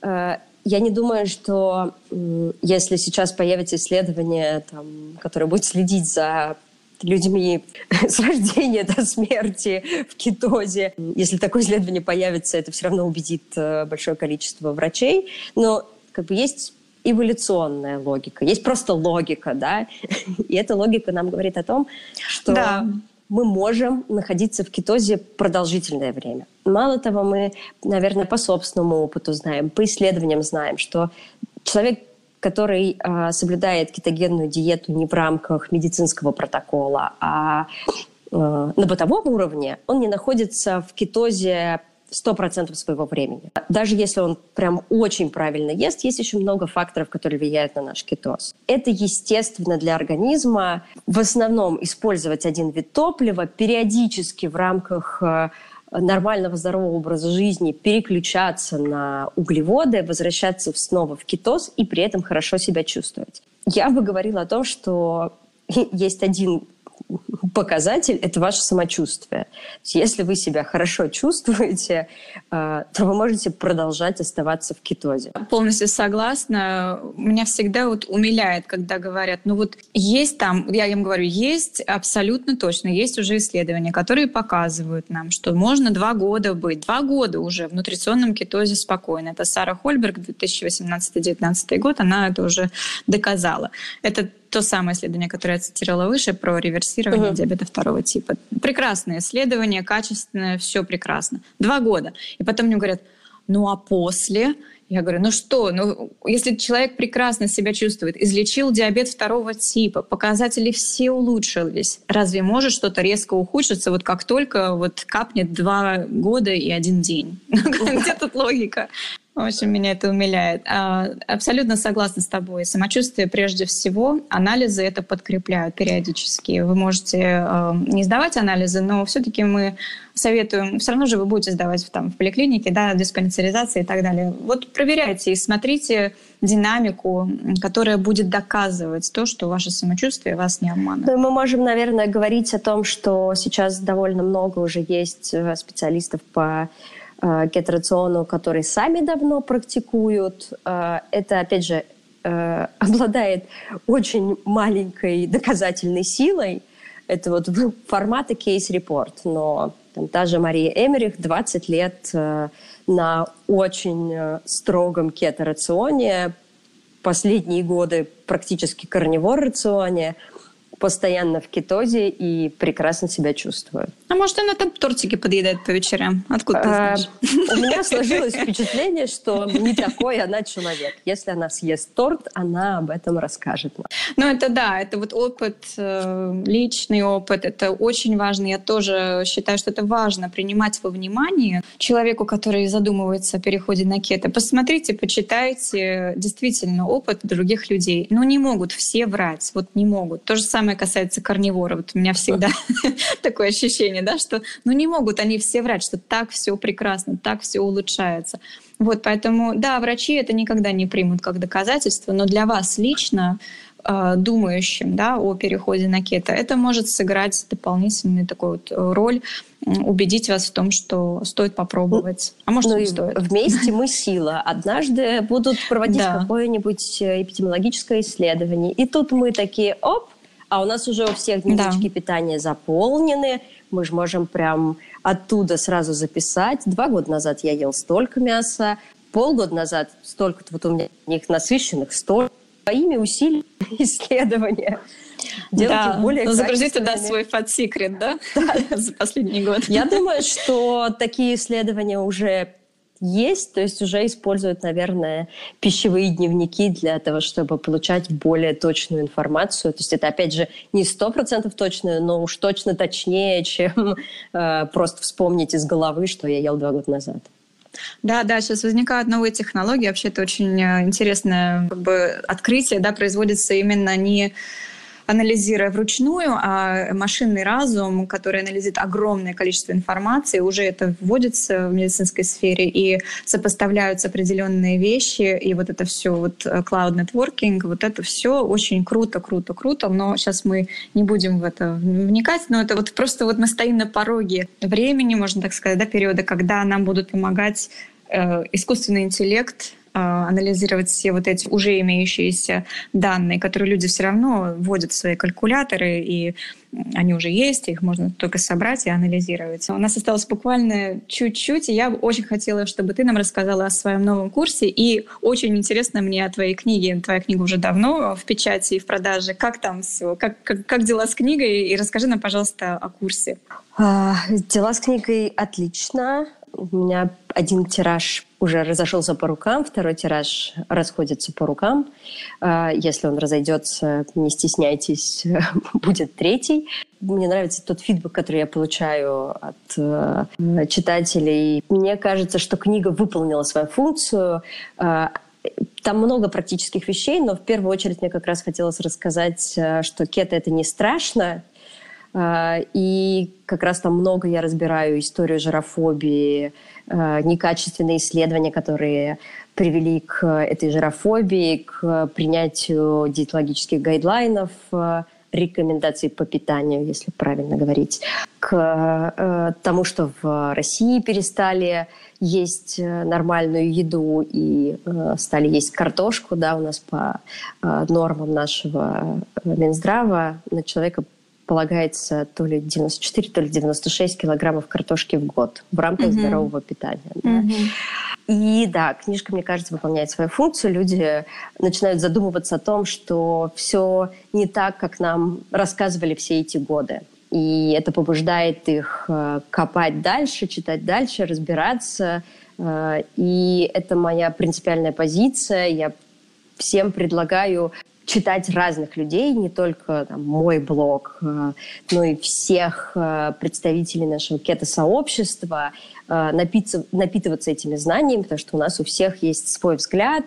Я не думаю, что если сейчас появится исследование, там, которое будет следить за людьми с рождения до смерти в кетозе, если такое исследование появится, это все равно убедит большое количество врачей. Но как бы есть эволюционная логика, есть просто логика, да, и эта логика нам говорит о том, что да. мы можем находиться в кетозе продолжительное время. Мало того, мы, наверное, по собственному опыту знаем, по исследованиям знаем, что человек, который э, соблюдает кетогенную диету не в рамках медицинского протокола, а э, на бытовом уровне, он не находится в кетозе сто процентов своего времени. Даже если он прям очень правильно ест, есть еще много факторов, которые влияют на наш кетоз. Это естественно для организма в основном использовать один вид топлива, периодически в рамках э, нормального здорового образа жизни переключаться на углеводы, возвращаться снова в кетоз и при этом хорошо себя чувствовать. Я бы говорила о том, что есть один показатель – это ваше самочувствие. Если вы себя хорошо чувствуете, то вы можете продолжать оставаться в кетозе. Полностью согласна. Меня всегда вот умиляет, когда говорят, ну вот есть там, я им говорю, есть абсолютно точно, есть уже исследования, которые показывают нам, что можно два года быть, два года уже в нутриционном кетозе спокойно. Это Сара Хольберг, две тысячи восемнадцатый — две тысячи девятнадцатый год, она это уже доказала. Это то самое исследование, которое я цитировала выше, про реверсирование uh-huh. диабета второго типа. Прекрасное исследование, качественное, все прекрасно. Два года. И потом мне говорят, ну а после? Я говорю, ну что, ну если человек прекрасно себя чувствует, излечил диабет второго типа, показатели все улучшились, разве может что-то резко ухудшиться, вот как только вот капнет два года и один день? Где тут логика? В общем, меня это умиляет. Абсолютно согласна с тобой. Самочувствие прежде всего. Анализы это подкрепляют периодически. Вы можете не сдавать анализы, но все-таки мы советуем, все равно же вы будете сдавать там, в поликлинике, да, диспансеризация и так далее. Вот проверяйте и смотрите динамику, которая будет доказывать то, что ваше самочувствие вас не обманывает. Мы можем, наверное, говорить о том, что сейчас довольно много уже есть специалистов по кеторациону, которые сами давно практикуют. Это, опять же, обладает очень маленькой доказательной силой. Это вот формата кейс-репорт. Но там, та же Мария Эмерих двадцать лет на очень строгом кеторационе, последние годы практически карнивор-рационе, постоянно в кетозе и прекрасно себя чувствует. А может, она там тортики подъедает по вечерам? Откуда ты знаешь? У меня сложилось впечатление, что не такой она человек. Если она съест торт, она об этом расскажет. Ну, это да, это вот опыт, личный опыт, это очень важно. Я тоже считаю, что это важно принимать во внимание человеку, который задумывается о переходе на кето. Посмотрите, почитайте действительно опыт других людей. Ну, не могут все врать, вот не могут. То же самое касается карнивора. Вот у меня всегда такое ощущение, да, что ну не могут они все врать, что так все прекрасно, так все улучшается. Вот, поэтому, да, врачи это никогда не примут как доказательство, но для вас лично, э, думающим, да, о переходе на кето, это может сыграть дополнительную такую вот роль, убедить вас в том, что стоит попробовать. А может, ну, не стоит. Вместе мы сила. Однажды будут проводить да. какое-нибудь эпидемиологическое исследование, и тут мы такие, оп, а у нас уже у всех дневнички да. питания заполнены, мы же можем прям оттуда сразу записать. Два года назад я ел столько мяса, полгода назад столько-то, вот у меня них насыщенных столько. своими усилиями исследования. Делать да, их более загрузить туда свой фат секрет, да, за последний год. Я думаю, что такие исследования уже есть, то есть уже используют, наверное, пищевые дневники для того, чтобы получать более точную информацию. То есть это, опять же, не сто процентов точно, но уж точно точнее, чем э, просто вспомнить из головы, что я ел два года назад. Да, да, сейчас возникают новые технологии. Вообще это очень интересное как бы, открытие, да, производится именно не анализируя вручную, а машинный разум, который анализирует огромное количество информации, уже это вводится в медицинской сфере, и сопоставляются определенные вещи, и вот это все, вот cloud networking, вот это все очень круто, круто, круто, но сейчас мы не будем в это вникать, но это вот просто вот мы стоим на пороге времени, можно так сказать, да, периода, когда нам будут помогать э, искусственный интеллект, анализировать все вот эти уже имеющиеся данные, которые люди все равно вводят в свои калькуляторы, и они уже есть, их можно только собрать и анализировать. У нас осталось буквально чуть-чуть, и я очень хотела, чтобы ты нам рассказала о своем новом курсе, и очень интересно мне о твоей книге. Твоя книга уже давно в печати и в продаже. Как там все? Как, как, как дела с книгой? И расскажи нам, пожалуйста, о курсе. А, дела с книгой отлично. У меня один тираж уже разошелся по рукам, второй тираж расходится по рукам. Если он разойдется, не стесняйтесь, будет третий. Мне нравится тот фидбэк, который я получаю от читателей. Мне кажется, что книга выполнила свою функцию. Там много практических вещей, но в первую очередь мне как раз хотелось рассказать, что кето – это не страшно. И как раз там много я разбираю историю жирофобии, некачественные исследования, которые привели к этой жирофобии, к принятию диетологических гайдлайнов, рекомендаций по питанию, если правильно говорить, к тому, что в России перестали есть нормальную еду и стали есть картошку, да, у нас по нормам нашего Минздрава на человека полагается то ли девяносто четыре, то ли девяносто шесть килограммов картошки в год в рамках mm-hmm. здорового питания. Да. Mm-hmm. И да, книжка, мне кажется, выполняет свою функцию. Люди начинают задумываться о том, что все не так, как нам рассказывали все эти годы. И это побуждает их копать дальше, читать дальше, разбираться. И это моя принципиальная позиция. Я всем предлагаю читать разных людей, не только там, мой блог, но и всех представителей нашего кето-сообщества, напиться, напитываться этими знаниями, потому что у нас у всех есть свой взгляд,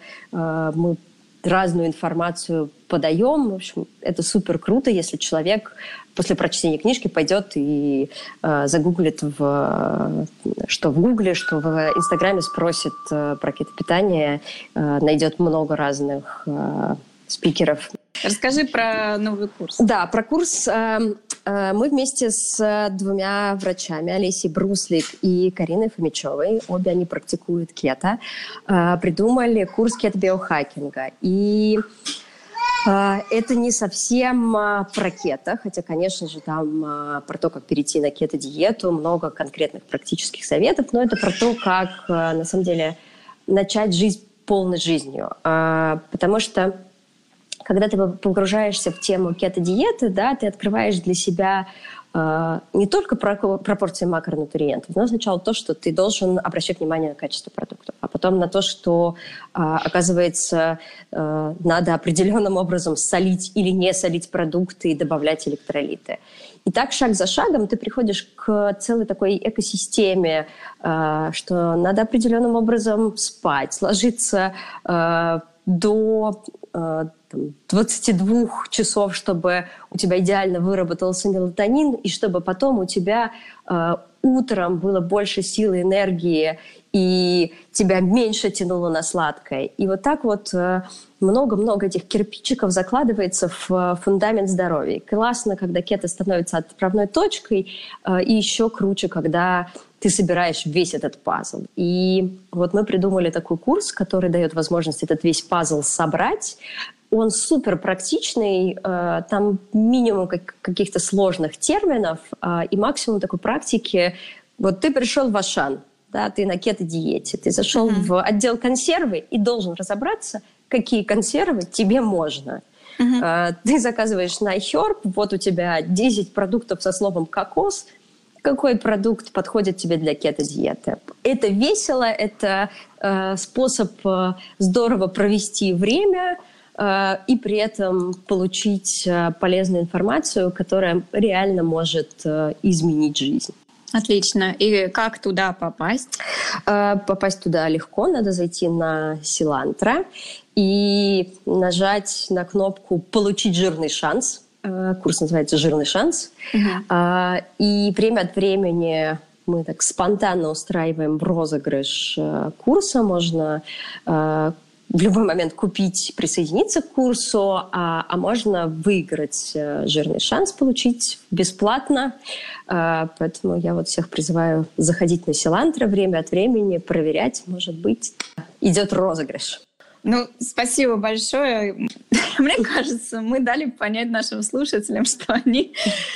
мы разную информацию подаем. В общем, это супер круто, если человек после прочтения книжки пойдет и э, загуглит, в, что в Гугле, что в Инстаграме спросит э, про кето-питание, э, найдет много разных э, спикеров. Расскажи про новый курс. Да, про курс. Э, э, мы вместе с двумя врачами, Олесей Бруслик и Кариной Фомичевой, обе они практикуют кето, э, придумали курс кето-биохакинга. И э, это не совсем э, про кето, хотя, конечно же, там э, про то, как перейти на кето-диету, много конкретных практических советов, но это про то, как, э, на самом деле, начать жизнь полной жизнью. Э, потому что когда ты погружаешься в тему кето-диеты, да, ты открываешь для себя э, не только пропорции макронутриентов, но сначала то, что ты должен обращать внимание на качество продуктов, а потом на то, что, э, оказывается, э, надо определенным образом солить или не солить продукты и добавлять электролиты. И так шаг за шагом ты приходишь к целой такой экосистеме, э, что надо определенным образом спать, ложиться э, до э, двадцати двух часов, чтобы у тебя идеально выработался мелатонин, и чтобы потом у тебя э, утром было больше силы, энергии, и тебя меньше тянуло на сладкое. И вот так вот э, много-много этих кирпичиков закладывается в фундамент здоровья. Классно, когда кето становится отправной точкой, э, и еще круче, когда ты собираешь весь этот пазл. И вот мы придумали такой курс, который дает возможность этот весь пазл собрать. Он супер практичный, там минимум каких-то сложных терминов и максимум такой практики. Вот ты пришел в Ашан, да, ты на кето-диете, ты зашел mm-hmm. в отдел консервы и должен разобраться, какие консервы тебе можно. Uh-huh. Ты заказываешь на iHerb, вот у тебя десять продуктов со словом «кокос», какой продукт подходит тебе для кето-диеты. Это весело, это э, способ э, здорово провести время э, и при этом получить э, полезную информацию, которая реально может э, изменить жизнь. Отлично. И как туда попасть? Э, попасть туда легко. Надо зайти на Силантро и нажать на кнопку «Получить жирный шанс». Курс называется «Жирный шанс». Uh-huh. И время от времени мы так спонтанно устраиваем розыгрыш курса. Можно в любой момент купить, присоединиться к курсу, а, а можно выиграть «Жирный шанс», получить бесплатно. Поэтому я вот всех призываю заходить на Силантро время от времени, проверять, может быть, идет розыгрыш. Ну, спасибо большое. Мне кажется, мы дали понять нашим слушателям, что они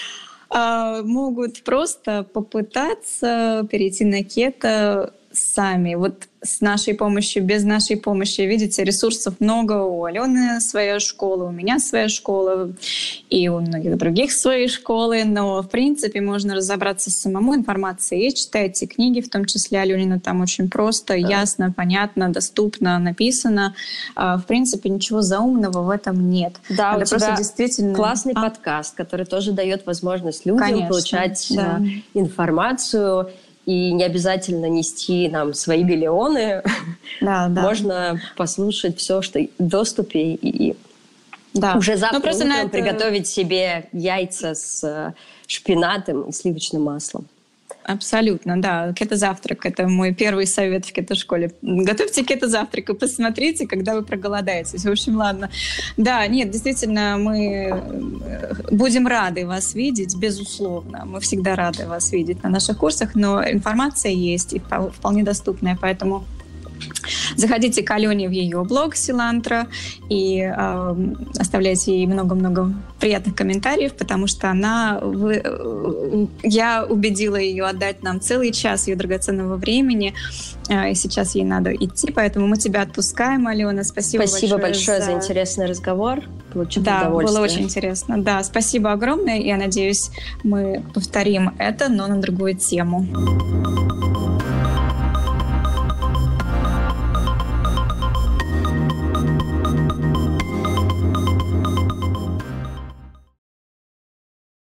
э, могут просто попытаться перейти на кето сами. Вот с нашей помощью, без нашей помощи. Видите, ресурсов много. У Алены своя школа, у меня своя школа, и у многих других свои школы. Но, в принципе, можно разобраться самому. Информация есть. Читайте книги, в том числе Аленина. Там очень просто, да. ясно, понятно, доступно написано. В принципе, ничего заумного в этом нет. Да, это у тебя действительно классный а? подкаст, который тоже дает возможность людям Конечно, получать да. информацию. И не обязательно нести нам свои миллионы. Да, да. Можно послушать все, что в доступе, и да. уже завтра утром это... приготовить себе яйца с шпинатом и сливочным маслом. Абсолютно, да. Кето-завтрак – это мой первый совет в кето-школе. Готовьте кето-завтрак и посмотрите, когда вы проголодаетесь. В общем, ладно. Да, нет, действительно, мы будем рады вас видеть, безусловно. Мы всегда рады вас видеть на наших курсах, но информация есть и вполне доступная, поэтому заходите к Алене в ее блог Силантро и э, оставляйте ей много-много приятных комментариев, потому что она, вы, э, я убедила ее отдать нам целый час ее драгоценного времени, э, и сейчас ей надо идти, поэтому мы тебя отпускаем, Алена. Спасибо, спасибо большое, большое за... за интересный разговор. Получила да, удовольствие. было очень интересно. Да, спасибо огромное. Я надеюсь, мы повторим это, но на другую тему.